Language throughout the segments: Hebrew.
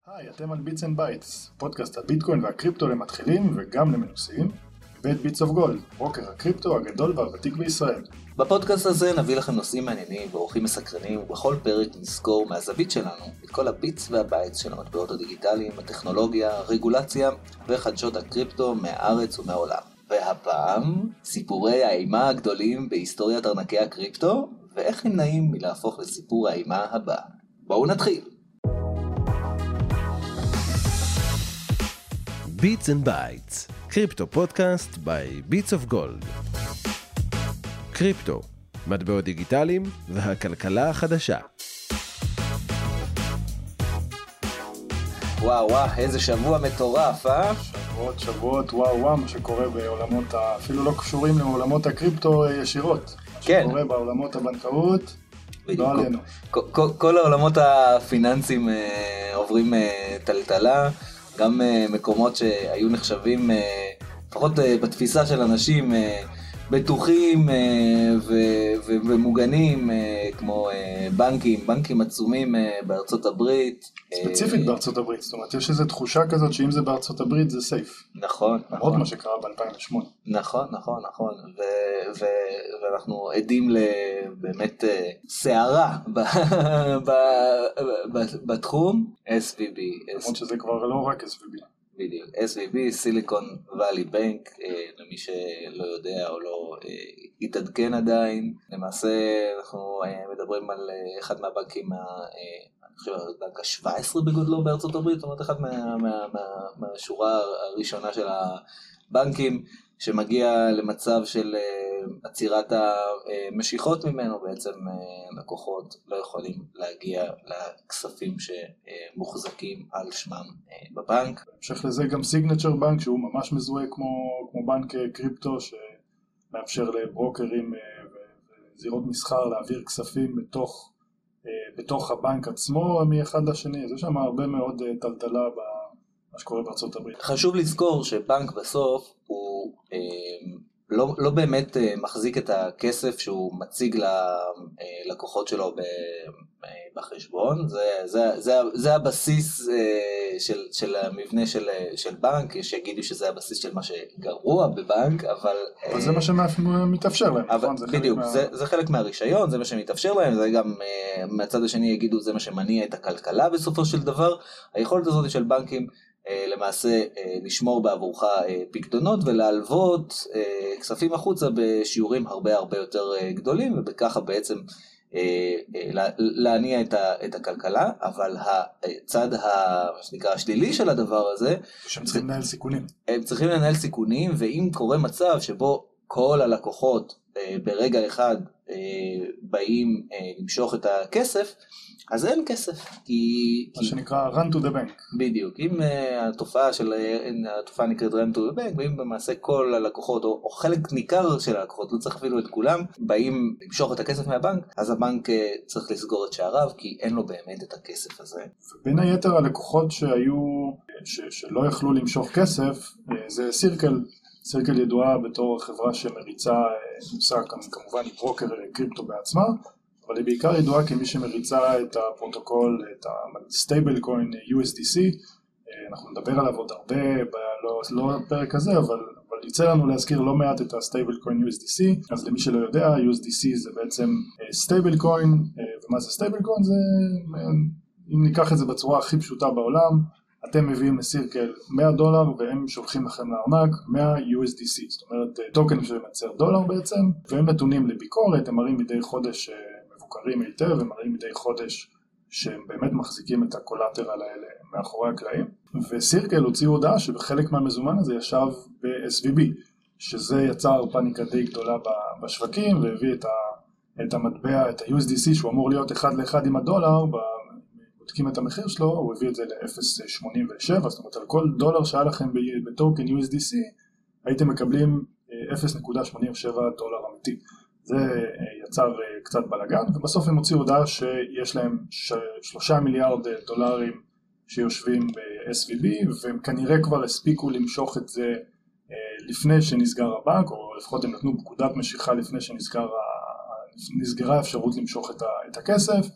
היי, אתם על ביטס אנד בייטס, פודקאסט הביטקוין והקריפטו למתחילים וגם למנוסים, ואת ביטס אוף גולד, ברוקר הקריפטו הגדול והוותיק בישראל. בפודקאסט הזה נביא לכם נושאים מעניינים ואורחים מסקרנים, ובכל פרק נזכור מהזווית שלנו את כל הביטס והבייטס של המטבעות הדיגיטליים, הטכנולוגיה, הרגולציה וחדשות הקריפטו מהארץ ומהעולם. והפעם, סיפורי האימה הגדולים בהיסטוריית ארנקי הקריפטו, ואיך נמנעים מלהפוך לסיפור האימה הבא. בואו נתחיל. Bits and Bytes, קריפטו פודקאסט by Bits of Gold. קריפטו, מטבעות דיגיטליים והכלכלה החדשה. וואו, איזה שבוע מטורף, אה? שבועות, וואו, מה שקורה בעולמות, אפילו לא קשורים לעולמות הקריפטו ישירות. כן. מה שקורה בעולמות הבנקאות, לא עלינו. כל העולמות הפיננסיים עוברים טלטלה, גם מקומות שהיו נחשבים, לפחות בתפיסה של אנשים, בטוחים ומוגנים, כמו בנקים עצומים בארצות הברית. ספציפית בארצות הברית, זאת אומרת, יש איזו תחושה כזאת שאם זה בארצות הברית זה סייף. נכון. למרות מה שקרה ב-2008. נכון. ואנחנו עדים לבאמת סערה בתחום, SVB. למרות שזה כבר לא רק SVB. בדיוק, SVB, סיליקון ואלי בנק, למי שלא יודע או לא התעדכן עדיין. למעשה אנחנו מדברים על אחד מהבנקים, אני חושב הבנק ה-17 בגודלו בארצות הברית, זאת אומרת אחד מהשורה הראשונה של הבנקים, שמגיע למצב של עצירת המשיכות ממנו. בעצם לקוחות לא יכולים להגיע לכספים שמוחזקים על שמם בבנק. בהמשך לזה גם סיגנצ'ר בנק, שהוא ממש מזוהה כמו בנק קריפטו, שמאפשר לברוקרים וזירות מסחר להעביר כספים בתוך הבנק עצמו מאחד לשני. אז יש שם הרבה מאוד טלטלה מה שקורה בארצות הברית. חשוב לזכור שבנק בסוף הוא לא באמת מחזיק את הכסף שהוא מציג ללקוחות שלו בחשבון. זה הבסיס של המבנה של בנק. יש שיגידו שזה הבסיס של מה שגרוע בבנק, אבל זה מה שמתאפשר להם. בדיוק, זה חלק מהרישיון, זה מה שמתאפשר להם. זה גם מהצד השני יגידו זה מה שמניע את הכלכלה בסופו של דבר. היכולת הזאת של בנקים למעשה לשמור בעבורך פקדונות ולהלוות כספים החוצה בשיעורים הרבה יותר גדולים, ובככה בעצם להניע את הכלכלה. אבל הצד השלילי של הדבר הזה, שהם צריכים לנהל סיכונים. הם צריכים לנהל סיכונים, ואם קורה מצב שבו כל הלקוחות ברגע אחד באים למשוך את הכסף, אז אין כסף. מה שנקרא run to the bank. בדיוק. אם התופעה נקראת run to the bank, ואם במעשה כל הלקוחות, או חלק ניכר של הלקוחות, לא צריך אפילו את כולם, באים למשוך את הכסף מהבנק, אז הבנק צריך לסגור את שעריו, כי אין לו באמת את הכסף הזה. ובין היתר הלקוחות שלא יכלו למשוך כסף, זה סירקל. סירקל ידועה בתור חברה שמריצה, כמובן היא ברוקר קריפטו בעצמה, אבל היא בעיקר ידועה כמי שמריצה את הפרוטוקול, את הסטייבל קוין USDC. אנחנו נדבר עליו עוד הרבה, לא בפרק הזה, אבל יצא לנו להזכיר לא מעט את הסטייבל קוין USDC. אז למי שלא יודע, USDC זה בעצם סטייבל קוין, ומה זה סטייבל קוין? זה, אם ניקח את זה בצורה הכי פשוטה בעולם, אתם מביאים לסירקל $100 והם שולחים לכם לארנק 100 USDC, זאת אומרת טוקן שמייצר דולר בעצם, והם נתונים לביקורת. הם מראים מדי חודש מבוקרים היטב, הם מראים מדי חודש שהם באמת מחזיקים את הקולטרל האלה מאחורי הקלעים. וסירקל הוציאו הודעה שבחלק מהמזומן הזה ישב ב-SVB, שזה יצר פאניקה די גדולה בשווקים, והביא את המטבע, את ה-USDC שהוא אמור להיות אחד לאחד עם הדולר, בודקים את המחיר שלו, הוא הביא את זה ל-0.87, זאת אומרת על כל דולר שהיה לכם בטוקן USDC, הייתם מקבלים $0.87 אמיתי. זה יצר קצת בלגן, ובסוף הם הוציאו הודעה שיש להם $3 מיליארד שיושבים ב-SVB, והם כנראה כבר הספיקו למשוך את זה לפני שנסגר הבנק, או לפחות הם נתנו פקודת משיכה לפני שנסגרה האפשרות למשוך את הכסף.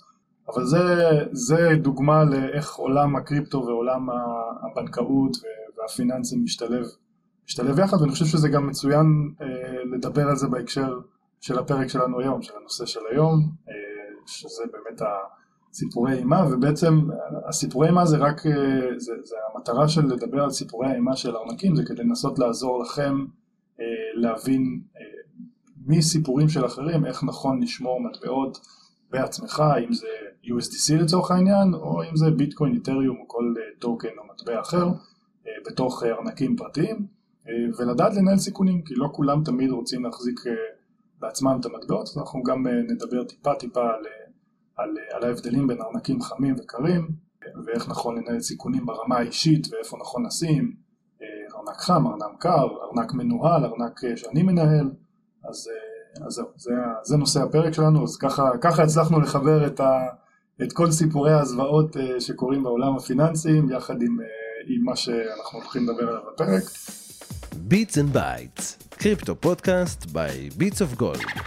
אבל זה דוגמה לאיך עולם הקריפטו ועולם הבנקאות והפיננסים משתלב יחד, ואני חושב שזה גם מצוין לדבר על זה בהקשר של הפרק שלנו היום, של הנושא של היום, שזה באמת סיפורי אימה, ובעצם הסיפורי אימה זה רק, זה המטרה של לדבר על סיפורי האימה של ארנקים, זה כדי לנסות לעזור לכם להבין מסיפורים של אחרים, איך נכון לשמור מטבעות בעצמך, אם זה USDC לצורך העניין, או אם זה ביטקוין, איתריום או כל טוקן או מטבע אחר, בתוך ארנקים פרטיים, ולדעת לנהל סיכונים, כי לא כולם תמיד רוצים להחזיק בעצמם את המטבעות, אז אנחנו גם נדבר טיפה על ההבדלים בין ארנקים חמים וקרים, ואיך נכון לנהל סיכונים ברמה האישית, ואיפה נכון לשים, ארנק חם, ארנק קר, ארנק מנוהל, ארנק שאני מנהל, אז זהו, זה נושא הפרק שלנו, אז ככה הצלחנו לחבר את כל סיפורי הזוועות שקורים בעולם הפיננסיים, יחד עם מה שאנחנו הולכים לדבר עליו בפרק. Bits and Bytes, קריפטו פודקאסט by Bits of Gold.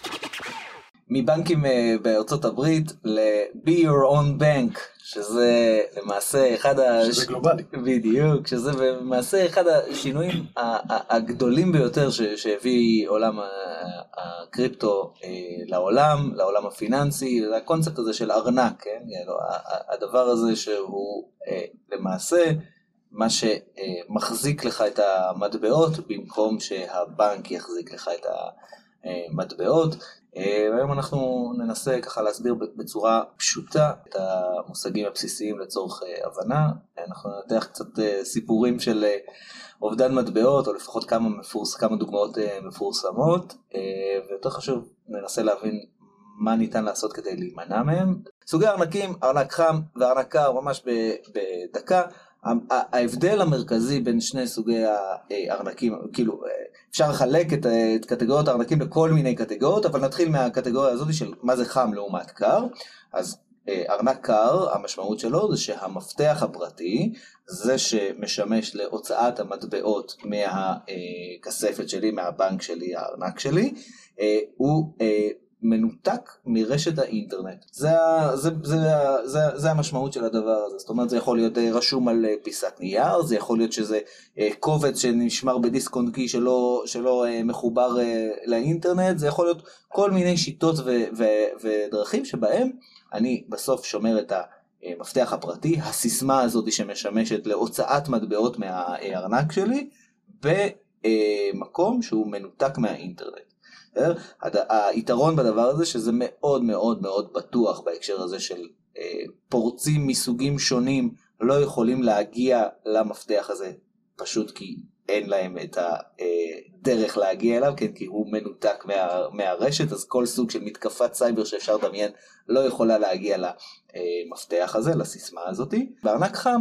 מבנקים בארצות הברית ל-Be Your Own Bank, שזה למעשה שזה גלובלי. בדיוק, שזה למעשה אחד השינויים הגדולים ביותר שהביא עולם הקריפטו לעולם הפיננסי, הקונספט הזה של ארנק, כן? הדבר הזה שהוא למעשה מה שמחזיק לך את המטבעות, במקום שהבנק יחזיק לך את המטבעות. והיום אנחנו ננסה ככה להסביר בצורה פשוטה את המושגים הבסיסיים לצורך הבנה. אנחנו נתח קצת סיפורים של אובדן מטבעות, או לפחות כמה דוגמאות מפורסמות, ויותר חשוב ננסה להבין מה ניתן לעשות כדי להימנע מהם. סוגי ארנקים, ארנק חם וארנק קר, ממש בדקה. ההבדל המרכזי בין שני סוגי הארנקים, כאילו אפשר לחלק את קטגוריות הארנקים לכל מיני קטגוריות, אבל נתחיל מהקטגוריה הזאת של מה זה חם לעומת קר. אז ארנק קר, המשמעות שלו זה שהמפתח הפרטי, זה שמשמש להוצאת המטבעות מהכספת שלי, מהבנק שלי, הארנק שלי, הוא מנותק מרשת האינטרנט. זה המשמעות של הדבר הזה. זאת אומרת, זה יכול להיות רשום על פיסת נייר, זה יכול להיות שזה קובץ שנשמר בדיסק און-קי שלא מחובר לאינטרנט, זה יכול להיות כל מיני שיטות ודרכים שבהם אני בסוף שומר את המפתח הפרטי, הסיסמה הזאת שמשמשת להוצאת מטבעות מהארנק שלי, במקום שהוא מנותק מהאינטרנט. היתרון בדבר הזה שזה מאוד מאוד מאוד בטוח בהקשר הזה של פורצים מסוגים שונים לא יכולים להגיע למפתח הזה, פשוט כי אין להם את הדרך להגיע אליו, כן, כי הוא מנותק מהרשת, אז כל סוג של מתקפת סייבר שאפשר לדמיין לא יכולה להגיע למפתח הזה, לסיסמה הזאת. בארנק חם,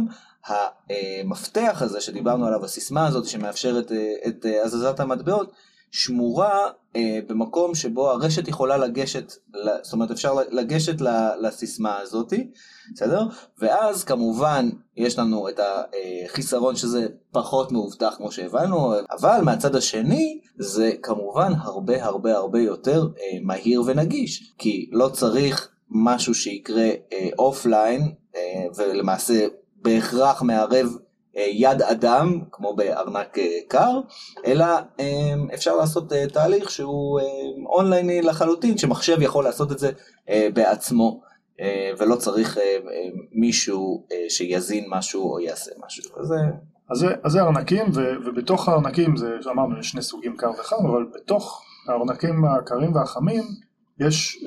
המפתח הזה שדיברנו עליו, הסיסמה הזאת שמאפשרת את הזזת המטבעות, שמורה במקום שבו הרשת יכולה לגשת, זאת אומרת אפשר לגשת לסיסמה הזאת, בסדר? ואז כמובן יש לנו את החיסרון שזה פחות מאובטח כמו שהבנו, אבל מהצד השני זה כמובן הרבה יותר מהיר ונגיש, כי לא צריך משהו שיקרה אופליין, ולמעשה בהכרח מערב יד אדם, כמו בארנק קר, אלא אפשר לעשות תהליך שהוא אונלייני לחלוטין, שמחשב יכול לעשות את זה בעצמו, ולא צריך מישהו שיזין משהו או יעשה משהו. אז זה ארנקים, ובתוך הארנקים, זה שאמרנו, יש שני סוגים קר וחם, אבל בתוך הארנקים הקרים והחמים, יש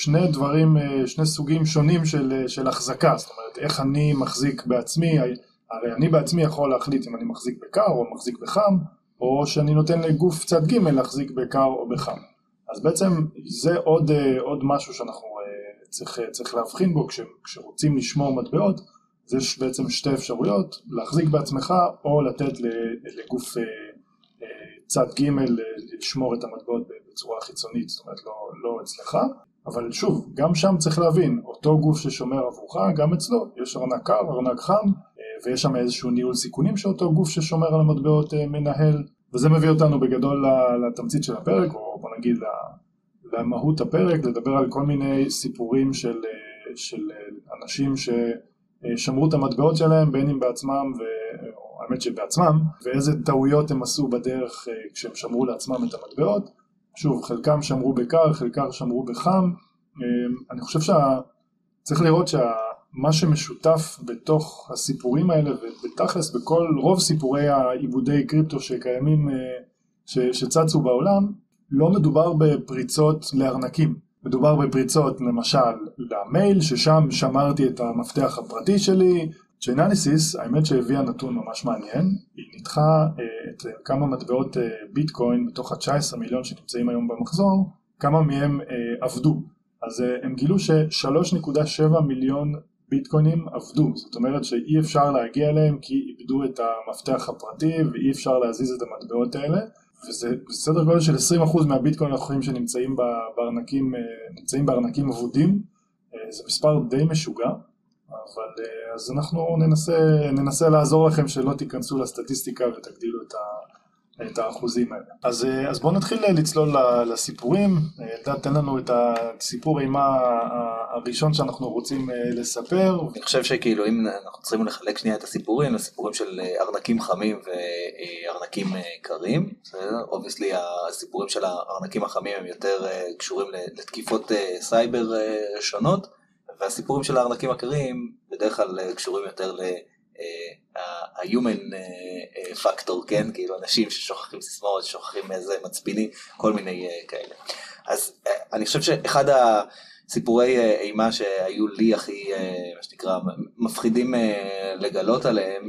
שני סוגים שונים של החזקה, זאת אומרת, איך אני מחזיק בעצמי, הרי אני בעצמי יכול להחליט אם אני מחזיק בקר או מחזיק בחם, או שאני נותן לגוף צד ג' להחזיק בקר או בחם. אז בעצם זה עוד משהו שאנחנו צריך להבחין בו, כשרוצים לשמור מטבעות, אז יש בעצם שתי אפשרויות, להחזיק בעצמך או לתת לגוף צד ג' לשמור את המטבעות בצורה חיצונית, זאת אומרת לא אצלך. אבל שוב, גם שם צריך להבין, אותו גוף ששומר עבורך, גם אצלו, יש ארנק קר, ארנק חם, ויש שם איזשהו ניהול סיכונים שאותו גוף ששומר על המטבעות מנהל, וזה מביא אותנו בגדול לתמצית של הפרק, או בוא נגיד למהות הפרק, לדבר על כל מיני סיפורים של אנשים ששמרו את המטבעות שלהם, בין אם בעצמם, או האמת שבעצמם, ואיזה טעויות הם עשו בדרך כשהם שמרו לעצמם את המטבעות. שוב, חלקם שמרו בקר, חלקם שמרו בחם. אני חושב שצריך לראות מה שמשותף בתוך הסיפורים האלה, ובתכלס בכל רוב סיפורי העיבודי קריפטו שקיימים, שצצו בעולם, לא מדובר בפריצות לארנקים. מדובר בפריצות למשל למייל, ששם שמרתי את המפתח הפרטי שלי. צ'יינליסיס, האמת שהביאה נתון ממש מעניין, היא ניתחה את כמה מטבעות ביטקוין בתוך ה-19 מיליון שנמצאים היום במחזור, כמה מהם עבדו. אז הם גילו ש3.7 מיליון ביטקוינים עבדו, זאת אומרת שאי אפשר להגיע אליהם כי איבדו את המפתח הפרטי ואי אפשר להזיז את המטבעות האלה, וזה בסדר גודל של 20% מהביטקוין האחרים שנמצאים בארנקים אבודים. זה מספר די משוגע, אבל אז אנחנו ננסה לעזור לכם שלא תיכנסו לסטטיסטיקה ותגדילו את האחוזים האלה. אז בואו נתחיל לצלול לסיפורים. אלדד, תן לנו את הסיפור אימה הראשון שאנחנו רוצים לספר. אני חושב שכאילו אם אנחנו צריכים לחלק שנייה את הסיפורים, לסיפורים של ארנקים חמים וארנקים קרים. אובייסלי הסיפורים של הארנקים החמים הם יותר קשורים לתקיפות סייבר שונות, והסיפורים של הארנקים הקרים בדרך כלל קשורים יותר ה-human factor, כן? כאילו אנשים ששוכחים סיסמאות, ששוכחים איזה מצפינים, כל מיני כאלה. אז אני חושב שאחד הסיפורי אימה שהיו לי הכי, מה שנקרא, מפחידים לגלות עליהם,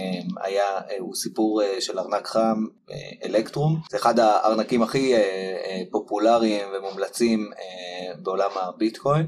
הוא סיפור של ארנק חם, אלקטרום. זה אחד הארנקים הכי פופולריים ומומלצים בעולם הביטקוין.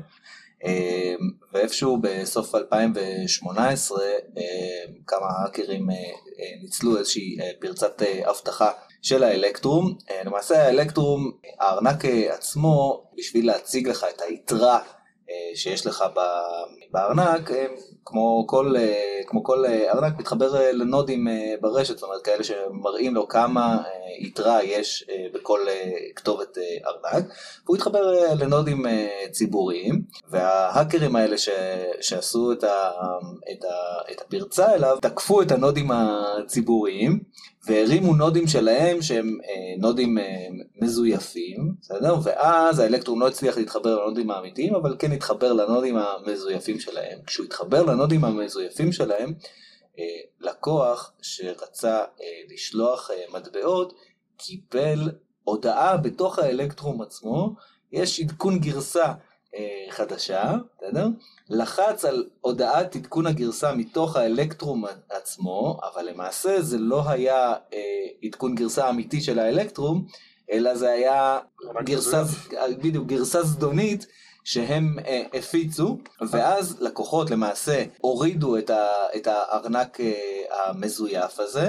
ואיפשהו בסוף 2018 כמה האקרים ניצלו איזושהי פרצת אבטחה של האלקטרום. למעשה האלקטרום, הארנק עצמו, בשביל להציג לך את היתרה שיש לך בארנק, כמו כל ארנק מתחבר לנודים ברשת, זאת אומרת כאלה שמראים לו כמה יתרה יש בכל כתובת ארנק, והוא התחבר לנודים ציבוריים, וההאקרים האלה שעשו את הפרצה אליו, תקפו את הנודים הציבוריים, והרימו נודים שלהם שהם נודים מזויפים, בסדר? ואז האלקטרום לא הצליח להתחבר לנודים האמיתיים, אבל כן התחבר לנודים המזויפים שלהם. כשהוא התחבר לנודים המזויפים שלהם, לקוח שרצה לשלוח מטבעות, קיבל הודעה בתוך האלקטרום עצמו, יש עדכון גרסה חדשה, בסדר? לחץ על הודעת עדכון הגרסה מתוך האלקטרום עצמו, אבל למעשה זה לא היה עדכון גרסה אמיתי של האלקטרום, אלא זה היה גרסה זדונית שהם הפיצו, ואז לקוחות למעשה הורידו את הארנק המזויף הזה,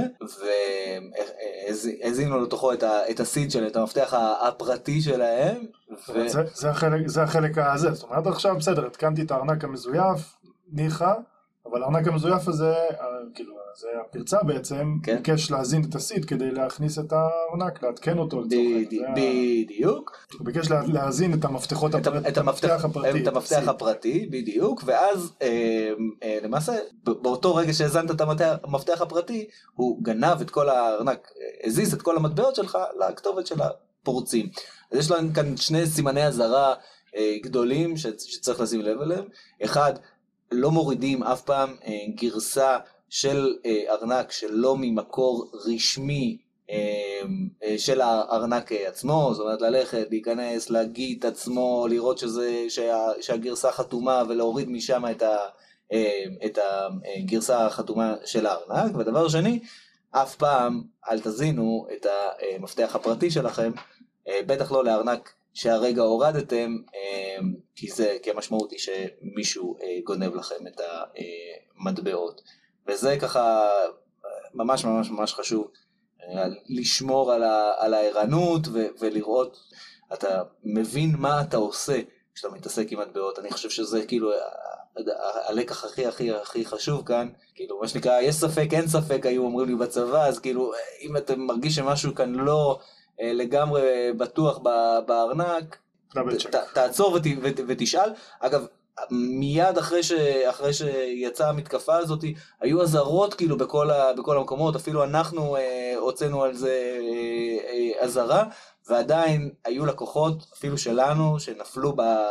והזינו לתוכו את הסיד שלהם, את המפתח הפרטי שלהם. זה החלק הזה, זאת אומרת עכשיו בסדר, התקנתי את הארנק המזויף, ניחה, אבל הארנק המזויף הזה, כאילו, זה הפרצה בעצם, ביקש להזין את הסיד כדי להכניס את הארנק, להתקן אותו. בדיוק. הוא ביקש להזין את המפתחות הפרטי. את המפתח הפרטי, בדיוק, ואז למעשה, באותו רגע שהזנת את המפתח הפרטי, הוא גנב את כל הארנק, הזיז את כל המטבעות שלך לכתובת של הפורצים. אז יש לנו כאן שני סימני הזרה גדולים שצריך לשים לב אליהם. אחד, לא מורידים אף פעם גרסה של ארנק שלא ממקור רשמי של הארנק עצמו, זאת אומרת ללכת, להיכנס, להגיד את עצמו, לראות שהגרסה חתומה ולהוריד משם את הגרסה החתומה של הארנק. ודבר שני, אף פעם אל תזינו את המפתח הפרטי שלכם, בטח לא לארנק שהרגע הורדתם, כי המשמעות היא שמישהו גונב לכם את המטבעות. וזה ככה ממש ממש ממש חשוב, לשמור על הערנות ולראות, אתה מבין מה אתה עושה כשאתה מתעסק עם מטבעות. אני חושב שזה כאילו הלקח הכי הכי הכי חשוב כאן, כאילו מה שנקרא, יש ספק אין ספק היו אומרים לי בצבא, אז כאילו אם אתה מרגיש שמשהו כאן לא לגמרי בטוח בארנק, תעצור ותשאל. אגב, מיד אחרי שיצאה המתקפה הזאת, היו אזהרות כאילו בכל המקומות, אפילו אנחנו הוצאנו על זה אזהרה, ועדיין היו לקוחות, אפילו שלנו, שנפלו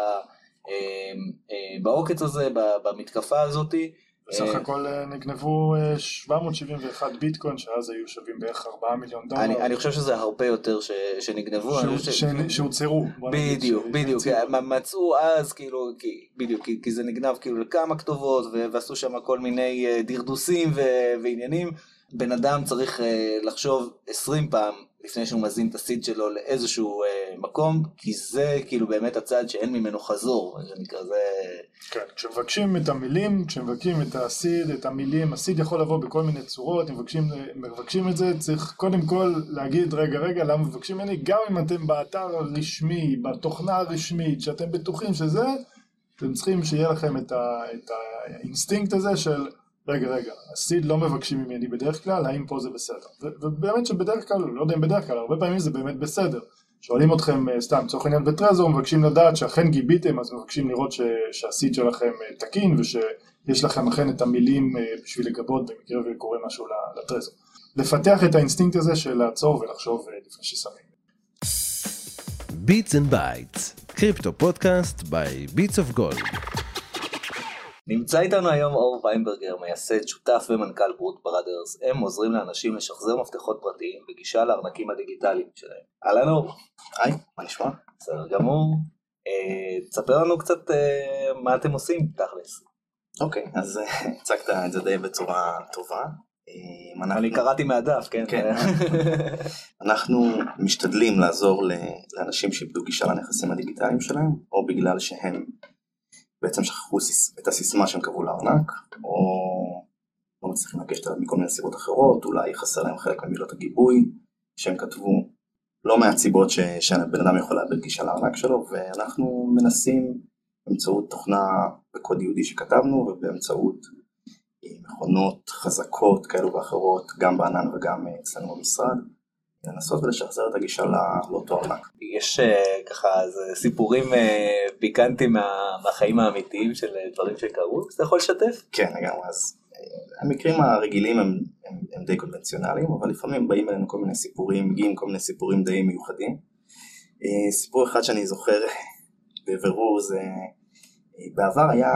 בעוקץ הזה, במתקפה הזאת. בסך הכל נגנבו 771 ביטקוין, שאז היו שווים בערך 4 מיליון דולר. אני חושב שזה הרבה יותר שנגנבו. שהוצרו. בדיוק. מצאו אז, כאילו, בדיוק, כי זה נגנב כאילו לכמה כתובות, ועשו שם כל מיני דרדוסים ועניינים. בן אדם צריך לחשוב 20 פעם לפני שהוא מזין את הסיד שלו לאיזשהו מקום, כי זה כאילו באמת הצד שאין ממנו חזור, זה נקרא זה... כן, כשמבקשים את המילים, כשמבקשים את הסיד, את המילים, הסיד יכול לבוא בכל מיני צורות, אם מבקשים את זה, צריך קודם כל להגיד, רגע, למה מבקשים ממני? גם אם אתם באתר הרשמי, בתוכנה הרשמית, שאתם בטוחים שזה, אתם צריכים שיהיה לכם את האינסטינקט הזה של... רגע, הסיד לא מבקשים ממני בדרך כלל, האם פה זה בסדר? ובאמת שבדרך כלל, לא יודע אם בדרך כלל, הרבה פעמים זה באמת בסדר. שואלים אתכם, סתם, צורך העניין בטרזור, מבקשים לדעת שאכן גיביתם, אז מבקשים לראות שהסיד שלכם תקין, ושיש לכם אכן את המילים בשביל לגבות במקרה וקורה משהו לטרזור. לפתח את האינסטינקט הזה של לעצור ולחשוב לפני ששמים. Bits and Bytes, קריפטו פודקאסט by Bits of Gold. נמצא איתנו היום אור ויינברגר, מייסד, שותף ומנכ"ל ברוט בראדרס. הם עוזרים לאנשים לשחזר מפתחות פרטיים בגישה לארנקים הדיגיטליים שלהם. אהלן אור. היי, מה נשמע? בסדר גמור. תספר לנו קצת מה אתם עושים תכלס. אוקיי, אז הצגת את זה די בצורה טובה. אני קראתי מהדף, כן? כן. אנחנו משתדלים לעזור לאנשים שאיבדו גישה לנכסים הדיגיטליים שלהם, או בגלל שהם בעצם שכחו את הסיסמה שהם קבעו לארנק, או לא מצליחים לגשת עליו מכל מיני סיבות אחרות, אולי חסר להם חלק ממילות הגיבוי שהם כתבו, לא מעט סיבות שבן אדם יכול לאבד גישה לארנק שלו, ואנחנו מנסים באמצעות תוכנה בקוד ייעודי שכתבנו, ובאמצעות מכונות חזקות כאלו ואחרות, גם בענן וגם אצלנו במשרד, לנסות ולשחזר את הגישה לאותו ארנק. יש ככה סיפורים פיקנטיים מהחיים האמיתיים של דברים שקרו, אתה יכול לשתף? כן, גם אז. המקרים הרגילים הם די קונבנציונליים, אבל לפעמים באים אלינו כל מיני סיפורים, מגיעים כל מיני סיפורים די מיוחדים. סיפור אחד שאני זוכר בבירור זה, בעבר היה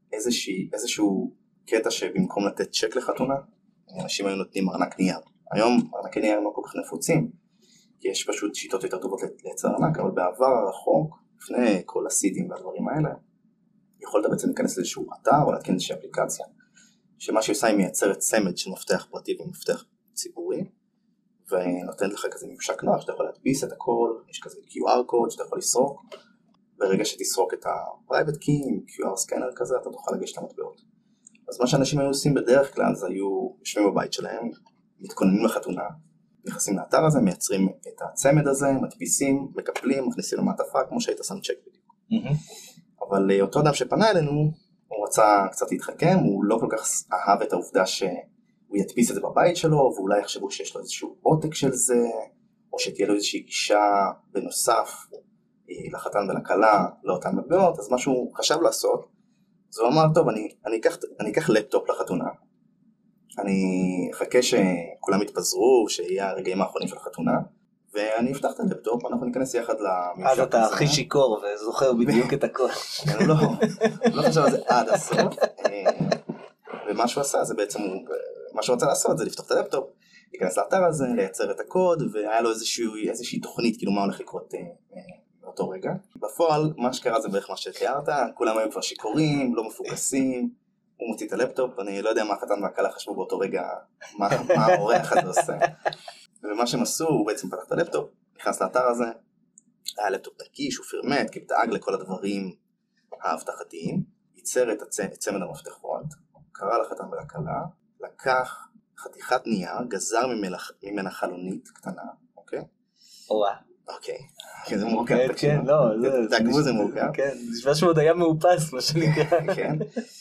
איזשהו קטע שבמקום לתת צ'ק לחתונה, אנשים היו נותנים ארנק נייר. היום ארנקי נייר לא כל כך נפוצים, כי יש פשוט שיטות יותר טובות לייצר ארנק, אבל בעבר הרחוק, לפני כל הסידים והדברים האלה, יכולת בעצם להיכנס לאיזשהו אתר או להתקין איזושהי אפליקציה, שמה שהיא עושה היא מייצרת צמד של מפתח פרטי ומפתח ציבורי, ונותנת לך כזה ממשק נוח, שאתה יכול להדפיס את הכל, יש כזה QR קוד שאתה יכול לסרוק, ברגע שתסרוק את ה-Private Key עם QR סקנר כזה, אתה תוכל לגשת למטבעות. אז מה שאנשים היו עושים בדרך כלל, זה היו יושבים בבית שלהם, מתכוננים לחתונה, נכנסים לאתר הזה, מייצרים את הצמד הזה, מדפיסים, מקפלים, מכניסים למעטפה, כמו שהיית שם צ'ק בדיוק. אבל אותו אדם שפנה אלינו, הוא רצה קצת להתחכם, הוא לא כל כך אהב את העובדה שהוא ידפיס את זה בבית שלו, ואולי יחשבו שיש לו איזשהו עותק של זה, או שתהיה לו איזושהי גישה בנוסף לחתן ולכלה, לאותן מטבעות. אז מה שהוא חשב לעשות, אז הוא אמר, טוב, אני אקח לפטופ לחתונה, אני אחכה שכולם יתפזרו, שיהיה הרגעים האחרונים של החתונה, ואני אפתח את הלפטופ, ואנחנו ניכנס יחד לממשק. אז אתה הכי שיקור וזוכר בדיוק את הכל. לא חשב על זה עד הסוף, ומה שהוא עשה, זה בעצם, מה שהוא רוצה לעשות, זה לפתוח את הלפטופ, להיכנס לאתר הזה, לייצר את הקוד, והיה לו איזושהי תוכנית, כאילו מה הולך לקרות באותו רגע. בפועל, מה שקרה זה בערך מה שתיארת, כולם היו כבר שיקורים, לא מפוקסים, הוא מוציא את הלפטופ, אני לא יודע מה החתן והכלה חשבו באותו רגע, מה האורח הזה עושה. ומה שהם עשו, הוא בעצם פתח את הלפטופ, נכנס לאתר הזה, היה לפטופ נקיש, הוא פירמט, כי דאג לכל הדברים האבטחתיים, ייצר את צמד המפתחות, קרא לחתן ולכלה, לקח חתיכת נייר, גזר ממנה חלונית קטנה, אוקיי? אוקיי, כן, זה מורכב. כן, לא, תעקבו זה מורכב. כן, זה נשמע שהוא עוד היה מאופס, מה שנקרא. כן,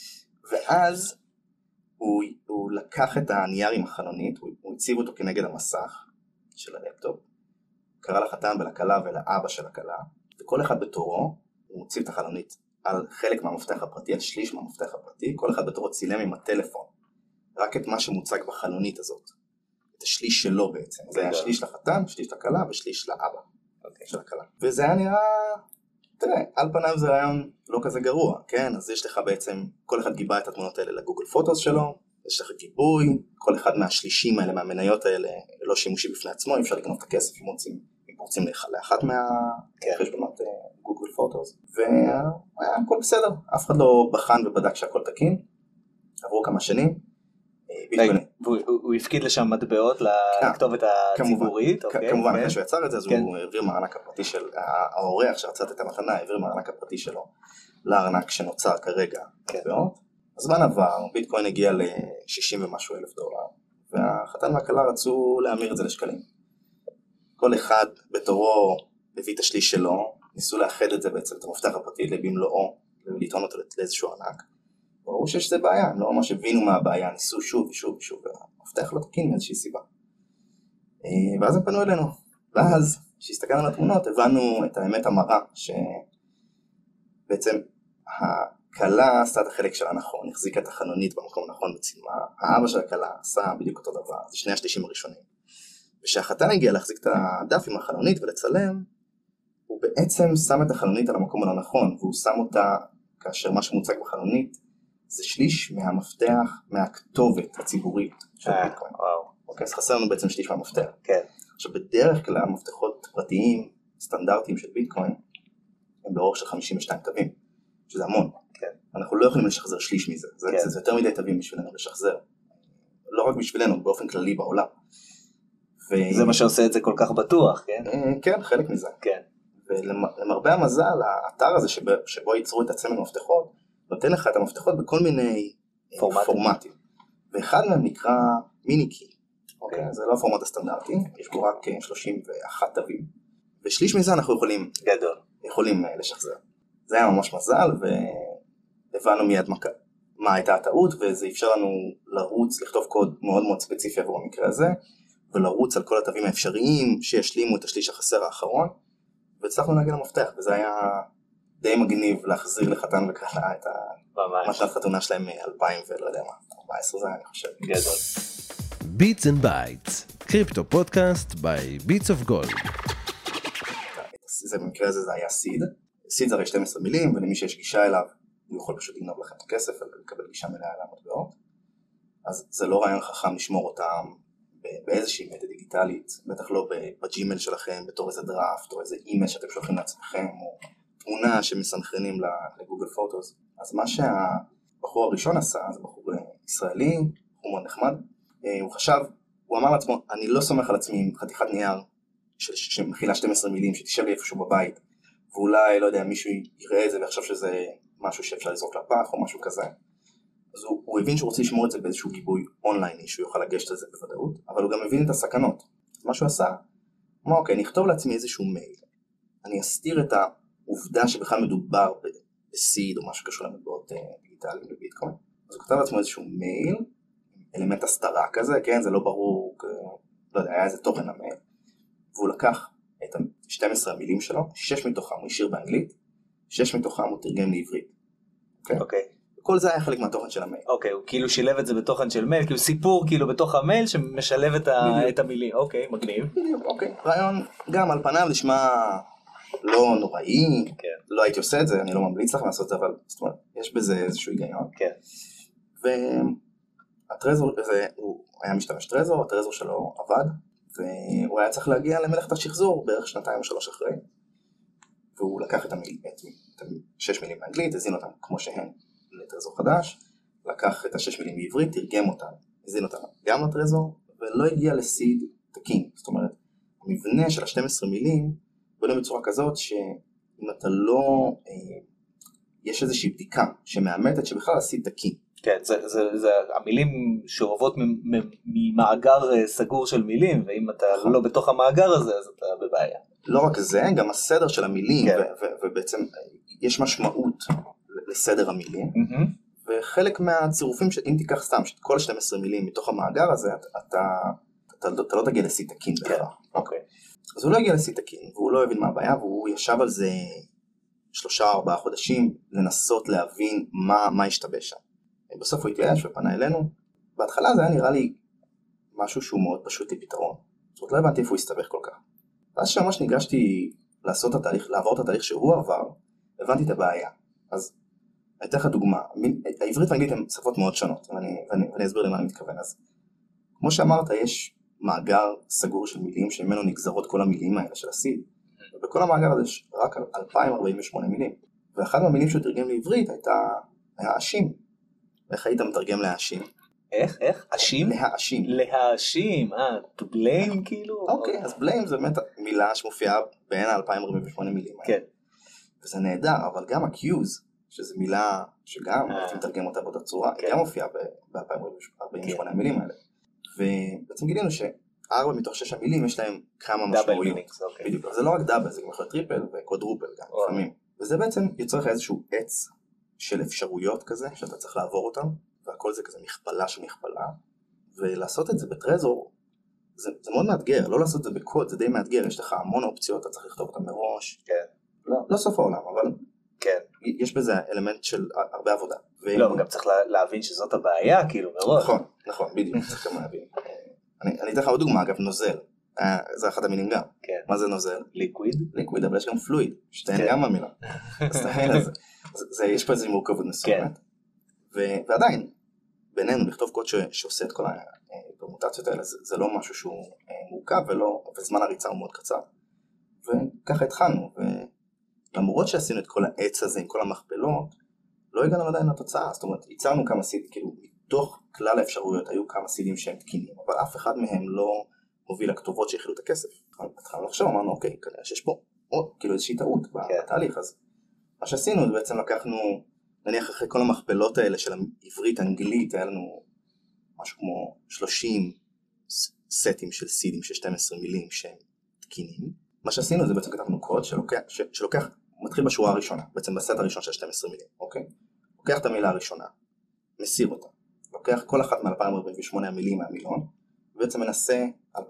ואז הוא לקח את הנייר עם החלונית, הוא הציב אותו כנגד המסך של הלפטופ, קרא לחתן ולכלה ולאבא של הכלה, וכל אחד בתורו, הוא הציב את החלונית על חלק מהמפתח הפרטי, על שליש מהמפתח הפרטי, כל אחד בתורו צילם עם הטלפון, רק את מה שמוצג בחלונית הזאת, את השליש שלו בעצם, זה היה שליש לחתן, שליש לכלה ושליש לאבא של הכלה. וזה היה נראה, תראה, על פניו זה רעיון לא כזה גרוע, כן? אז יש לך בעצם, כל אחד גיבה את התמונות האלה לגוגל פוטוס שלו, יש לך גיבוי, כל אחד מהשלישים האלה, מהמניות האלה, לא שימושי בפני עצמו, אפשר לקנות את הכסף אם רוצים לאחת מהחשבונות גוגל פוטוס, והיה הכל בסדר, אף אחד לא בחן ובדק שהכל תקין, עברו כמה שנים, והוא הפקיד לשם מטבעות לכתובת הציבורית, כמובן אחרי שהוא יצר את זה, אז הוא העביר מהארנק הפרטי של, האורח שרצה את המתנה, העביר מהארנק הפרטי שלו לארנק שנוצר כרגע מטבעות, הזמן עבר, ביטקוין הגיע ל$60 ומשהו אלף, והחתן והכלה רצו להמיר את זה לשקלים. כל אחד בתורו הביא את השליש שלו, ניסו לאחד את זה בעצם, את המפתח הפרטי במלואו, ולטעון אותו לאיזשהו ענק. ברור שיש זה בעיה, הם לא ממש הבינו מה הבעיה, ניסו שוב ושוב ושוב, והמפתח לא תקין מאיזושהי סיבה. ואז הם פנו אלינו, ואז כשהסתכלנו על התמונות, הבנו את האמת המרה, שבעצם הכלה עשתה את החלק שלה נכון, החזיקה את החלונית במקום נכון בצילמה, האבא של הכלה עשה בדיוק אותו דבר, זה שני השלישים הראשונים. ושהחתן הגיע להחזיק את הדף עם החלונית ולצלם, הוא בעצם שם את החלונית על המקום הלא נכון, והוא שם אותה כאשר מה שמוצג בחלונית, זה שליש מהמפתח, מהכתובת הציבורית של ביטקוין. אוקיי, אז חסר לנו בעצם שליש מהמפתח. כן. עכשיו בדרך כלל מפתחות פרטיים, סטנדרטיים של ביטקוין, הם באורך של 52 תווים, שזה המון. כן. אנחנו לא יכולים לשחזר שליש מזה, זה יותר מדי תווים בשבילנו לשחזר. לא רק בשבילנו, באופן כללי בעולם. זה מה שעושה את זה כל כך בטוח, כן? כן, חלק מזה. כן. ולמרבה המזל, האתר הזה שבו ייצרו את הצמד המפתחות, נותן לך את המפתחות בכל מיני פורמטים. ואחד מהם נקרא מיני-קי. אוקיי? זה לא הפורמט הסטנדרטי, יש בו רק 31 תווים. ושליש מזה אנחנו יכולים לשחזר. זה היה ממש מזל, והבנו מיד מה הייתה הטעות, וזה אפשר לנו לרוץ, לכתוב קוד מאוד מאוד ספציפי עבור המקרה הזה, ולרוץ על כל התווים האפשריים שישלימו את השליש החסר האחרון, והצלחנו להגיע למפתח, וזה היה די מגניב להחזיר לחתן וכלה את המתנת חתונה שלהם מ-2000 ולא יודע מה, 14 זה אני חושב. גדול. Bits and Bytes, קריפטו פודקאסט by Bits of Gold. זה במקרה הזה זה היה סיד. סיד זה הרי 12 מילים, ולמי שיש גישה אליו, הוא יכול פשוט לגנוב לכם את הכסף ולקבל גישה מלאה אל המטבעות. אז זה לא רעיון חכם לשמור אותם באיזושהי מדיה דיגיטלית, בטח לא בג'ימייל שלכם, בתור איזה דראפט, או איזה אימייל שאתם שולחים לעצמכם, או תמונה שמסנכרנים לגוגל פוטוס. אז מה שהבחור הראשון עשה, זה בחור ישראלי, הוא מאוד נחמד, הוא חשב, הוא אמר לעצמו, אני לא סומך על עצמי עם חתיכת נייר שמכילה 12 מילים, שתשב לי איפשהו בבית, ואולי, לא יודע, מישהו יראה את זה ויחשב שזה משהו שאפשר לזרוק לפח או משהו כזה. אז הוא הבין שהוא רוצה לשמור את זה באיזשהו גיבוי אונלייני, שהוא יוכל לגשת לזה בוודאות, אבל הוא גם הבין את הסכנות. אז מה שהוא עשה, הוא אמר, אוקיי, אני אכתוב לעצמי איזשהו מייל, אני אסתיר את העובדה שבכלל מדובר בסיד או משהו קשור למטבעות דיגיטליים בביטקוין. אז הוא כתב לעצמו איזשהו מייל, אלמנט הסתרה כזה, כן, זה לא ברור, לא יודע, היה איזה תוכן למייל, והוא לקח את 12 המילים שלו, 6 מתוכם הוא השאיר באנגלית, 6 מתוכם הוא תרגם לעברית. אוקיי. כל זה היה חלק מהתוכן של המייל. אוקיי, הוא כאילו שילב את זה בתוכן של מייל, כאילו סיפור כאילו בתוך המייל שמשלב את המילים. אוקיי, מגניב. אוקיי, רעיון גם על פניו נשמע לא נוראי, לא הייתי עושה את זה, אני לא ממליץ לך לעשות את זה, אבל זאת אומרת, יש בזה איזשהו היגיון. כן. והטרזור, הוא היה משתמש טרזור, הטרזור שלו עבד, והוא היה צריך להגיע למלאכת השחזור בערך 2 או 3 אחרי, והוא לקח את 6 מילים באנגלית, הזין אותם כמו שהן לטרזור חדש, לקח את 6 מילים בעברית, תרגם אותם, הזין אותם גם לטרזור, ולא הגיע לסיד תקין. זאת אומרת, המבנה של 12 מילים בונה בצורה כזאת שאם אתה לא, יש איזושהי בדיקה שמאמתת שבכלל הסיד תקין. כן, זה המילים שואבות ממאגר סגור של מילים, ואם אתה לא בתוך המאגר הזה, אז אתה בבעיה. לא רק זה, גם הסדר של המילים, ובעצם יש משמעות לסדר המילים, וחלק מהצירופים, אם תיקח סתם, כל 12 מילים מתוך המאגר הזה, אתה לא תגיע לסי תקין בכלל. אוקיי. אז הוא לא הגיע לסי תקין, והוא לא הבין מה הבעיה, והוא ישב על זה 3-4 חודשים לנסות להבין מה השתבש שם. בסוף הוא התייאש ופנה אלינו. בהתחלה זה היה נראה לי משהו שהוא מאוד פשוט לפתרון. זאת אומרת, לא הבנתי איפה הוא הסתבך כל כך. ואז שממש ניגשתי לעבור את התהליך שהוא עבר, הבנתי את הבעיה. אז הייתה לך דוגמה. העברית והאנגלית הן שפות מאוד שונות, ואני אסביר למה אני מתכוון. אז כמו שאמרת, יש מאגר סגור של מילים, שממנו נגזרות כל המילים האלה של הסיד. ובכל המאגר הזה יש רק 2048 מילים. ואחת מהמילים שהוא תרגם לעברית היה אשים. איך היית מתרגם להאשים? איך? אשים? להאשים. להאשים, to blame כאילו? אוקיי, אז blame זה באמת מילה שמופיעה בין 2048 מילים. כן. וזה נהדר, אבל גם accuse, שזו מילה שגם רוצים לתרגם אותה באותה צורה, היא גם מופיעה ב-2048 המילים האלה. ובעצם גילינו ש4 מתוך 6 המילים יש להם כמה משמעויות. בדיוק, זה לא רק דאבל, זה גם יכול להיות טריפל וקוודרופל גם לפעמים. וזה בעצם יוצר לך איזשהו עץ של אפשרויות כזה, שאתה צריך לעבור אותם, והכל זה כזה מכפלה של מכפלה, ולעשות את זה בטרזור, זה מאוד מאתגר, לא לעשות את זה בקוד, זה די מאתגר, יש לך המון אופציות, אתה צריך לכתוב אותם מראש. כן. לא סוף העולם, אבל כן. יש בזה אלמנט של הרבה עבודה. לא, גם צריך להבין שזאת הבעיה, כאילו, מראש. נכון, בדיוק, צריך גם להבין. אני אתן לך עוד דוגמה, אגב, נוזל. זה אחת המילים גם. כן. מה זה נוזל? ליקוויד. ליקוויד, אבל יש גם פלואיד, שתיהן גם המילה. אז תהן על זה. יש פה איזו מורכבות מסוימת. ועדיין, בינינו, לכתוב קוד שעושה את כל הפרמוטציות האלה, זה לא משהו שהוא מורכב, וזמן הריצה הוא מאוד קצר. וככה התחלנו, ולמרות שעשינו את כל העץ הזה עם כל המכפלות, לא הגענו עדיין לתוצאה. זאת אומרת, ייצרנו כמה סידים, כאילו, מתוך כלל האפשרויות היו כמה סידים שהם תקינים, אבל אף אחד מהם לא הוביל לכתובות שהכילו את הכסף. התחלנו לחשוב, אמרנו, אוקיי, כנראה שיש פה כאילו איזושהי טעות בתהליך הזה. מה שעשינו, בעצם לקחנו, נניח אחרי כל המכפלות האלה של העברית, אנגלית, היה לנו משהו כמו 30 סטים של סידים של 12 מילים שהם תקינים. מה שעשינו זה בעצם כתבנו קוד שלוקח, מתחיל בשורה הראשונה, בעצם בסט הראשון של 12 מילים, אוקיי? לוקח את המילה הראשונה, מסיר אותה, לוקח כל אחת מ-2048 המילים מהמילון, ובעצם מנסה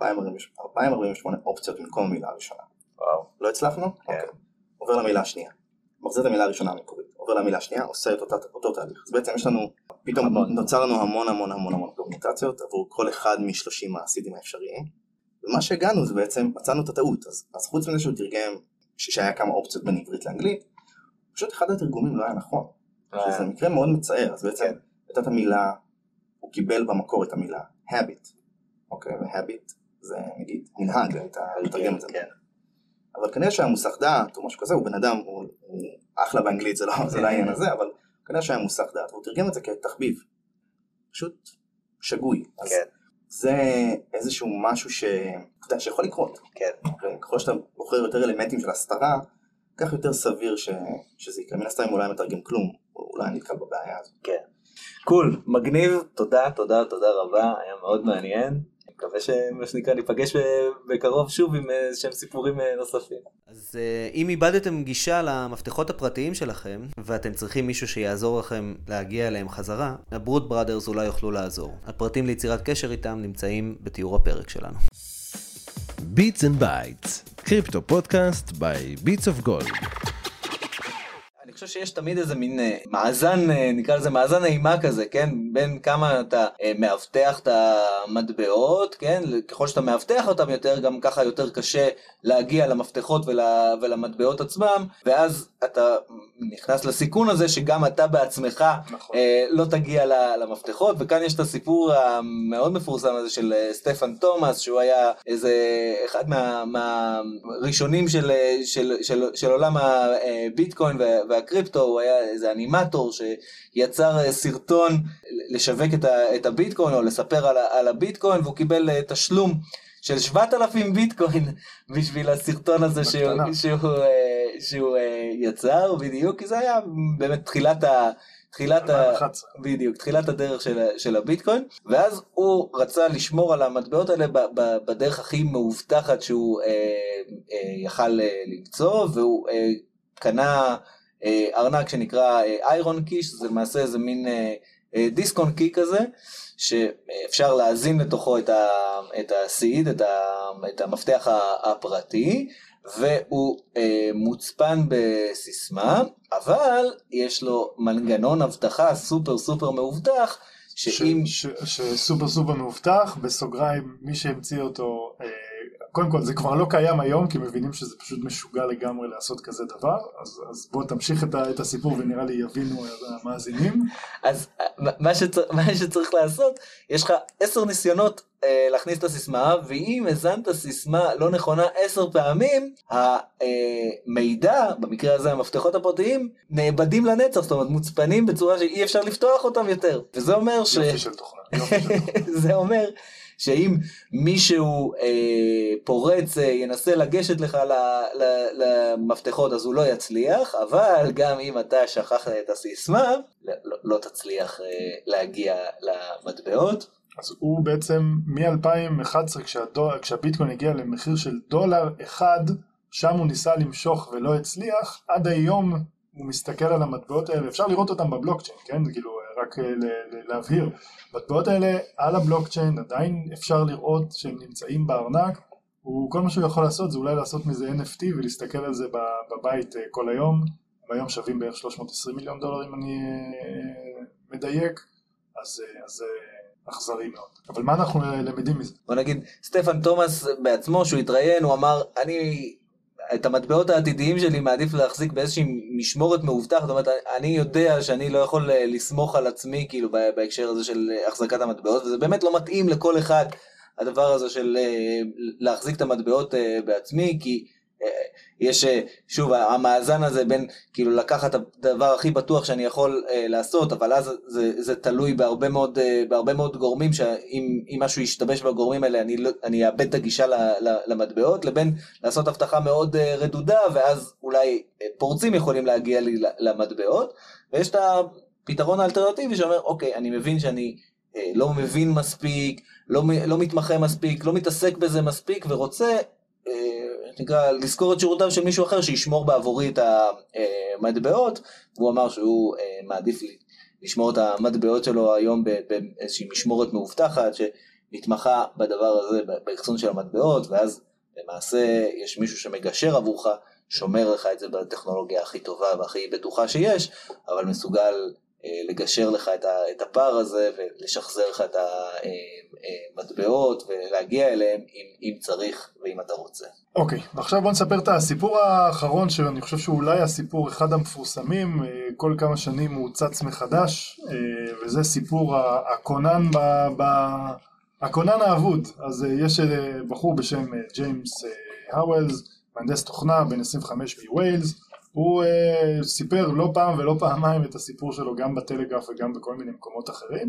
2048 אופציות במקום המילה הראשונה. וואו. לא הצלחנו? אוקיי. עובר למילה השנייה. מחזיר את המילה הראשונה המקורית. עובר למילה השנייה, עושה את אותו תהליך. אז בעצם יש לנו, פתאום נוצר לנו המון פרמוטציות עבור כל אחד מ30 הסידים האפשריים. ומה שהגענו זה בעצם, מצאנו את הטעות. אז חוץ מזה שהוא תרגם, שהיה כמה אופציות בין עברית לאנגלית, פשוט אחד התרגומים לא היה נכון. שזה מקרה מאוד מצער. אז בעצם, את המילה, הוא קיבל במקור את המילה habit. אוקיי, ו-habit זה נגיד מנהג, אתה מתרגם את זה. אבל כנראה שהיה מוסך דעת או משהו כזה, הוא בן אדם, הוא אחלה באנגלית, זה לא העניין הזה, אבל כנראה שהיה מוסך דעת, והוא תרגם את זה כתחביב. פשוט שגוי. אז זה איזשהו משהו שיכול לקרות. ככל שאתה בוחר יותר אלמנטים של הסתרה, כך יותר סביר שזה יקרה. מן הסתם אולי מתרגם כלום, אולי נתקל בבעיה הזו. כן. קול, מגניב, תודה רבה, היה מאוד מעניין. מקווה שמה שנקרא ניפגש בקרוב שוב עם שהם סיפורים נוספים. אז אם איבדתם גישה למפתחות הפרטיים שלכם, ואתם צריכים מישהו שיעזור לכם להגיע אליהם חזרה, הברוט בראדרס אולי יוכלו לעזור. הפרטים ליצירת קשר איתם נמצאים בתיאור הפרק שלנו. Bits and Bytes, קריפטו פודקאסט by Bits of Gold. אני חושב שיש תמיד איזה מין מאזן, נקרא לזה מאזן אימה כזה, כן? בין כמה אתה מאבטח את המטבעות, כן? ככל שאתה מאבטח אותם יותר, גם ככה יותר קשה להגיע למפתחות ולמטבעות עצמם, ואז אתה נכנס לסיכון הזה שגם אתה בעצמך לא תגיע למפתחות, וכאן יש את הסיפור המאוד מפורסם הזה של סטפן תומאס, שהוא היה איזה אחד מהראשונים של עולם הביטקוין והקריפטו, הוא היה איזה אנימטור שיצר סרטון לשווק את הביטקוין או לספר על הביטקוין, והוא קיבל תשלום של 7,000 ביטקוין בשביל הסרטון הזה שהוא יצר, בדיוק, כי זה היה באמת תחילת הדרך של הביטקוין, ואז הוא רצה לשמור על המטבעות האלה בדרך הכי מאובטחת שהוא יכל למצוא, והוא קנה ארנק שנקרא איירון קי, שזה למעשה איזה מין דיסק און קי כזה, שאפשר להזין לתוכו את הסיד, את המפתח הפרטי, והוא מוצפן בסיסמה, אבל יש לו מנגנון הבטחה סופר סופר מאובטח, שסופר סופר מאובטח, בסוגריים, מי שהמציא אותו, קודם כל זה כבר לא קיים היום, כי מבינים שזה פשוט משוגע לגמרי לעשות כזה דבר, אז בוא תמשיך את הסיפור ונראה לי יבינו המאזינים. אז מה שצריך לעשות, יש לך 10 ניסיונות להכניס את הסיסמה, ואם הזנת סיסמה לא נכונה 10 פעמים, המידע, במקרה הזה המפתחות הפרטיים, נאבדים לנצח, זאת אומרת מוצפנים בצורה שאי אפשר לפתוח אותם יותר. וזה אומר יופי של תוכנה. זה אומר שאם מישהו פורץ ינסה לגשת לך למפתחות, אז הוא לא יצליח, אבל גם אם אתה שכחת את הסיסמה, לא תצליח להגיע למטבעות. אז הוא בעצם מ-2011, כשהביטקוין הגיע למחיר של $1, שם הוא ניסה למשוך ולא הצליח, עד היום הוא מסתכל על המטבעות האלה, אפשר לראות אותם בבלוקצ'יין, כן? כאילו, רק להבהיר, מטבעות האלה על הבלוקצ'יין, עדיין אפשר לראות שהם נמצאים בארנק, כל מה שהוא יכול לעשות זה אולי לעשות מזה NFT ולהסתכל על זה בבית כל היום, והיום שווים בערך $320 מיליון אם אני מדייק, אז זה אכזרי מאוד. אבל מה אנחנו למדים מזה? בוא נגיד, סטפן תומאס בעצמו, שהוא התראיין, הוא אמר, את המטבעות העתידיים שלי מעדיף להחזיק באיזושהי משמורת מאובטחת, זאת אומרת, אני יודע שאני לא יכול לסמוך על עצמי, כאילו, בהקשר הזה של החזקת המטבעות, וזה באמת לא מתאים לכל אחד, הדבר הזה של להחזיק את המטבעות בעצמי, כי יש, שוב, המאזן הזה בין, כאילו, לקחת את הדבר הכי בטוח שאני יכול לעשות, אבל אז זה תלוי בהרבה מאוד גורמים, שאם משהו ישתבש בגורמים האלה, אני אאבד את הגישה למטבעות, לבין לעשות הבטחה מאוד רדודה, ואז אולי פורצים יכולים להגיע לי למטבעות, ויש את הפתרון האלטרנטיבי שאומר, אוקיי, אני מבין שאני לא מבין מספיק, לא מתמחה מספיק, לא מתעסק בזה מספיק, ורוצה, נקרא, לזכור את שירותיו של מישהו אחר שישמור בעבורי את המטבעות, והוא אמר שהוא מעדיף לשמור את המטבעות שלו היום באיזושהי משמורת מאובטחת שמתמחה בדבר הזה, באחסון של המטבעות, ואז למעשה יש מישהו שמגשר עבורך, שומר לך את זה בטכנולוגיה הכי טובה והכי בטוחה שיש, אבל מסוגל לגשר לך את הפער הזה ולשחזר לך את המטבעות ולהגיע אליהם אם צריך ואם אתה רוצה. אוקיי, ועכשיו בוא נספר את הסיפור האחרון שאני חושב שאולי הסיפור אחד המפורסמים, כל כמה שנים הוא צץ מחדש, וזה סיפור הקונן האבוד. אז יש בחור בשם ג'יימס האוולס, מהנדס תוכנה בן 25 מוויילס, הוא סיפר לא פעם ולא פעמיים את הסיפור שלו גם בטלגרף וגם בכל מיני מקומות אחרים,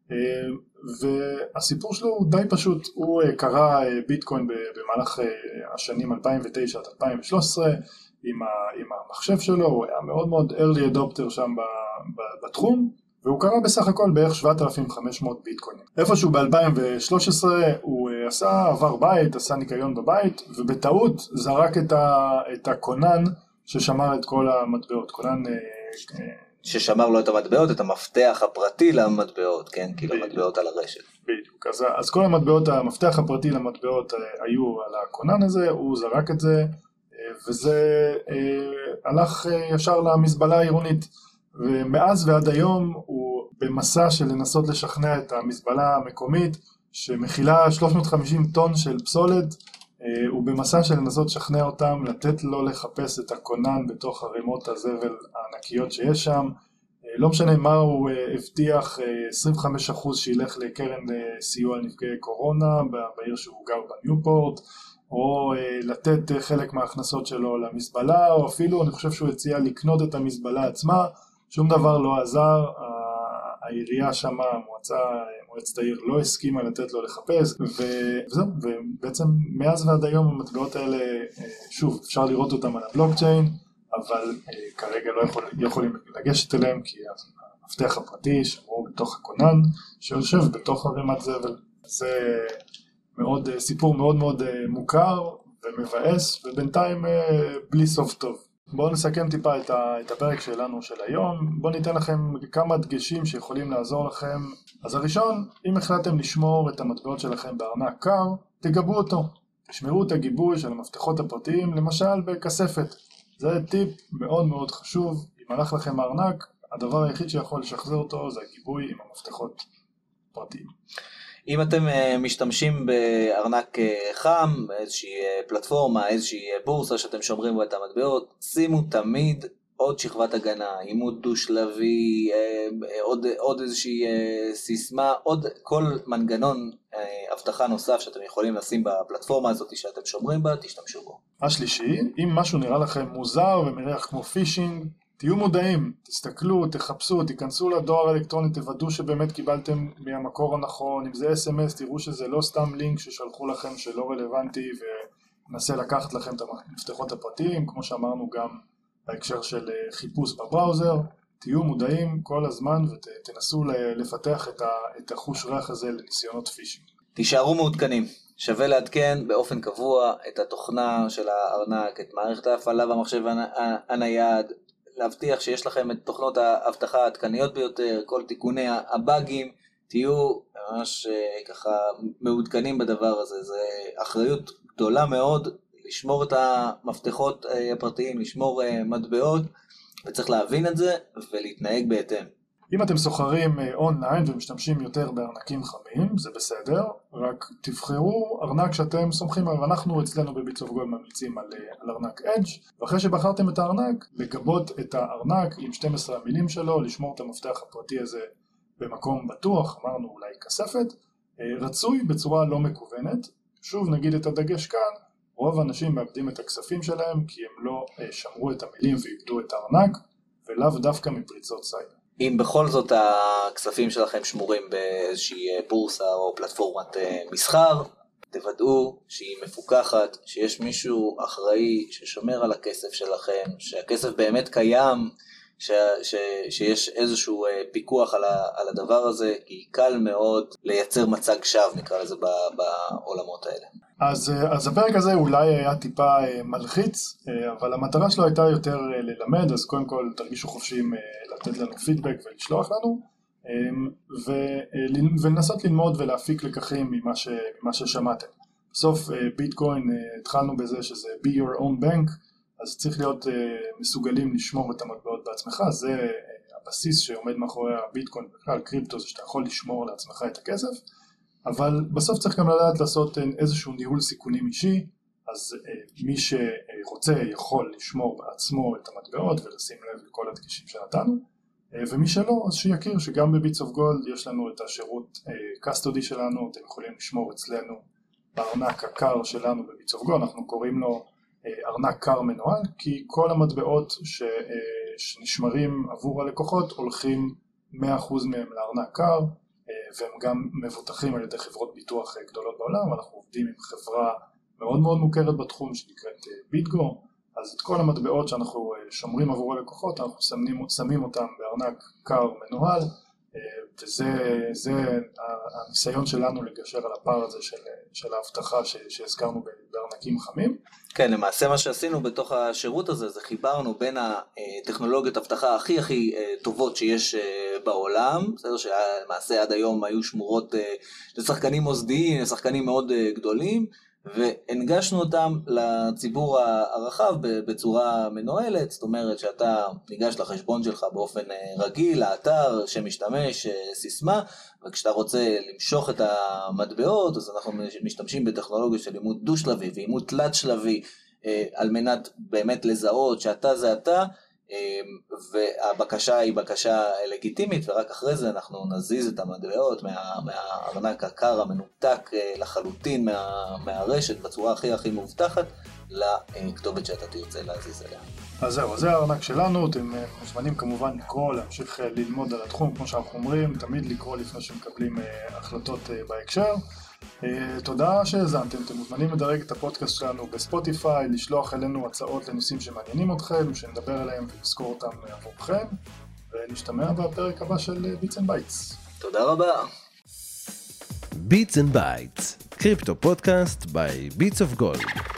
והסיפור שלו הוא די פשוט. הוא קרא ביטקוין במהלך השנים 2009 עד 2013 עם המחשב שלו, הוא היה מאוד מאוד early adopter שם בתחום, והוא קרא בסך הכל בערך 7,500 ביטקוינים. איפשהו ב-2013 הוא עבר בית, עשה ניקיון בבית, ובטעות זרק את הקונן ששמר את כל המטבעות, קונן ששמר לו את המטבעות, את המפתח הפרטי למטבעות, כן? כאילו המטבעות על הרשת. בדיוק, אז כל המטבעות, המפתח הפרטי למטבעות היו על הקונן הזה, הוא זרק את זה, וזה הלך ישר למזבלה העירונית, ומאז ועד היום הוא במסע של לנסות לשכנע את המזבלה המקומית, שמכילה 350 טון של פסולת, הוא במסע של לנסות לשכנע אותם, לתת לו לחפש את הקונן בתוך הרימות הזבל הענקיות שיש שם. לא משנה מה הוא הבטיח, 25% שילך לקרן סיוע לנפגעי קורונה בעיר שהוא גר בניופורט, או לתת חלק מההכנסות שלו למזבלה, או אפילו אני חושב שהוא הציע לקנות את המזבלה עצמה. שום דבר לא עזר, העירייה שם, מועצת העיר לא הסכימה לתת לו לחפש, וזהו, ובעצם מאז ועד היום המטבעות האלה, שוב, אפשר לראות אותם על הבלוקצ'יין, אבל כרגע לא יכולים לגשת אליהם, כי המפתח הפרטי שמרו בתוך הקונן, שיושב בתוך ערימת זבל. זה סיפור מאוד מאוד מוכר ומבאס, ובינתיים בלי סוף טוב. בואו נסכם טיפה את הפרק שלנו של היום. בואו ניתן לכם כמה דגשים שיכולים לעזור לכם. אז הראשון, אם החלטתם לשמור את המטבעות שלכם בארנק קר, תגבו אותו. שמרו את הגיבוי של המפתחות הפרטיים, למשל בכספת. זה טיפ מאוד מאוד חשוב. אם הלך לכם הארנק, הדבר היחיד שיכול לשחזר אותו זה הגיבוי עם המפתחות פרטיים. אם אתם משתמשים בארנק חם, איזושהי פלטפורמה, איזושהי בורסה שאתם שומרים בו את המטבעות, שימו תמיד עוד שכבת הגנה, אימות דו-שלבי, עוד איזושהי סיסמה, עוד כל מנגנון הבטחה נוסף שאתם יכולים לשים בפלטפורמה הזאת שאתם שומרים בה, תשתמשו בו. השלישי, אם משהו נראה לכם מוזר ומריח כמו פישינג, תהיו מודעים, תסתכלו, תחפשו, תיכנסו לדואר האלקטרוני, תוודאו שבאמת קיבלתם מהמקור הנכון, אם זה SMS, תראו שזה לא סתם לינק ששלחו לכם שלא רלוונטי ונסה לקחת לכם את המפתחות הפרטיים, כמו שאמרנו גם בהקשר של חיפוש בבראוזר, תהיו מודעים כל הזמן ותנסו לפתח את החוש ריח הזה לניסיונות פישינג. תישארו מעודכנים, שווה לעדכן באופן קבוע את התוכנה של הארנק, את מערכת ההפעלה במחשב הנייד, להבטיח שיש לכם את תוכנות ההבטחה העדכניות ביותר, כל תיקוני הבאגים, תהיו ממש ככה מעודכנים בדבר הזה. זה אחריות גדולה מאוד לשמור את המפתחות הפרטיים, לשמור מטבעות, וצריך להבין את זה ולהתנהג בהתאם. אם אתם סוחרים אונליין ומשתמשים יותר בארנקים חמים, זה בסדר, רק תבחרו ארנק שאתם סומכים עליו. אנחנו אצלנו בביטס אוף גולד ממליצים על ארנק אדג', ואחרי שבחרתם את הארנק, לגבות את הארנק עם 12 המילים שלו, לשמור את המפתח הפרטי הזה במקום בטוח, אמרנו אולי כספת, רצוי בצורה לא מקוונת. שוב נגיד את הדגש כאן, רוב האנשים מאבדים את הכספים שלהם כי הם לא שמרו את המילים ואיבדו את הארנק, ולאו דווקא מפריצות סייבר. אם בכל זאת הכספים שלכם שמורים באיזושהי בורסה או פלטפורמת מסחר, תוודאו שהיא מפוקחת, שיש מישהו אחראי ששומר על הכסף שלכם, שהכסף באמת קיים, שיש איזשהו פיקוח על הדבר הזה, כי קל מאוד לייצר מצג שווא, נקרא לזה, בעולמות האלה. אז הפרק הזה אולי היה טיפה מלחיץ, אבל המטרה שלו הייתה יותר ללמד, אז קודם כל תרגישו חופשיים לתת לנו פידבק ולשלוח לנו, ולנסות ללמוד ולהפיק לקחים ממה ששמעתם. בסוף ביטקוין התחלנו בזה שזה be your own bank, אז צריך להיות מסוגלים לשמור את המטבעות בעצמך, זה הבסיס שעומד מאחורי הביטקוין, בכלל קריפטו זה שאתה יכול לשמור לעצמך את הכסף, אבל בסוף צריך גם לדעת לעשות איזשהו ניהול סיכונים אישי, אז מי שרוצה יכול לשמור בעצמו את המטבעות ולשים לב לכל הדגשים שנתנו, ומי שלא, אז שיכיר שגם בביטס אוף גולד יש לנו את השירות קסטודי שלנו, אתם יכולים לשמור אצלנו בארנק הקר שלנו בביטס אוף גולד, אנחנו קוראים לו ארנק קר מנוהל, כי כל המטבעות שנשמרים עבור הלקוחות הולכים 100% מהם לארנק קר, והם גם מבוטחים על ידי חברות ביטוח גדולות בעולם. אנחנו עובדים עם חברה מאוד מאוד מוכרת בתחום שנקראת ביטגו, אז את כל המטבעות שאנחנו שומרים עבור הלקוחות, אנחנו שמים אותם בארנק קר מנוהל, וזה הניסיון שלנו לגשר על הפער הזה של ההבטחה שהזכרנו בארנקים חמים. כן, למעשה מה שעשינו בתוך השירות הזה, זה חיברנו בין הטכנולוגיות הבטחה הכי טובות שיש בעולם, בסדר שלמעשה עד היום היו שמורות לשחקנים מוסדיים, לשחקנים מאוד גדולים, והנגשנו אותם לציבור הרחב בצורה מנוהלת, זאת אומרת שאתה ניגש לחשבון שלך באופן רגיל, לאתר שמשתמש סיסמה, וכשאתה רוצה למשוך את המטבעות, אז אנחנו משתמשים בטכנולוגיה של אימות דו-שלבי ואימות תלת-שלבי, על מנת באמת לזהות שאתה זה אתה, והבקשה היא בקשה לגיטימית, ורק אחרי זה אנחנו נזיז את המטבעות מהארנק הקר המנותק לחלוטין מהרשת בצורה הכי מובטחת לכתובת שאתה תרצה להזיז אליה. אז זהו, זה הארנק שלנו, אתם מוזמנים כמובן לקרוא, להמשיך ללמוד על התחום, כמו שאנחנו אומרים, תמיד לקרוא לפני שמקבלים החלטות בהקשר. תודה שהאזנתם, אתם מוזמנים לדרג את הפודקאסט שלנו בספוטיפיי, לשלוח אלינו הצעות לנושאים שמעניינים אתכם, שנדבר עליהם ולזכור אותם עבורכם, ונשתמע בפרק הבא של ביטס אנד בייטס. תודה רבה. ביטס אנד בייטס, קריפטו פודקאסט by Bits of Gold.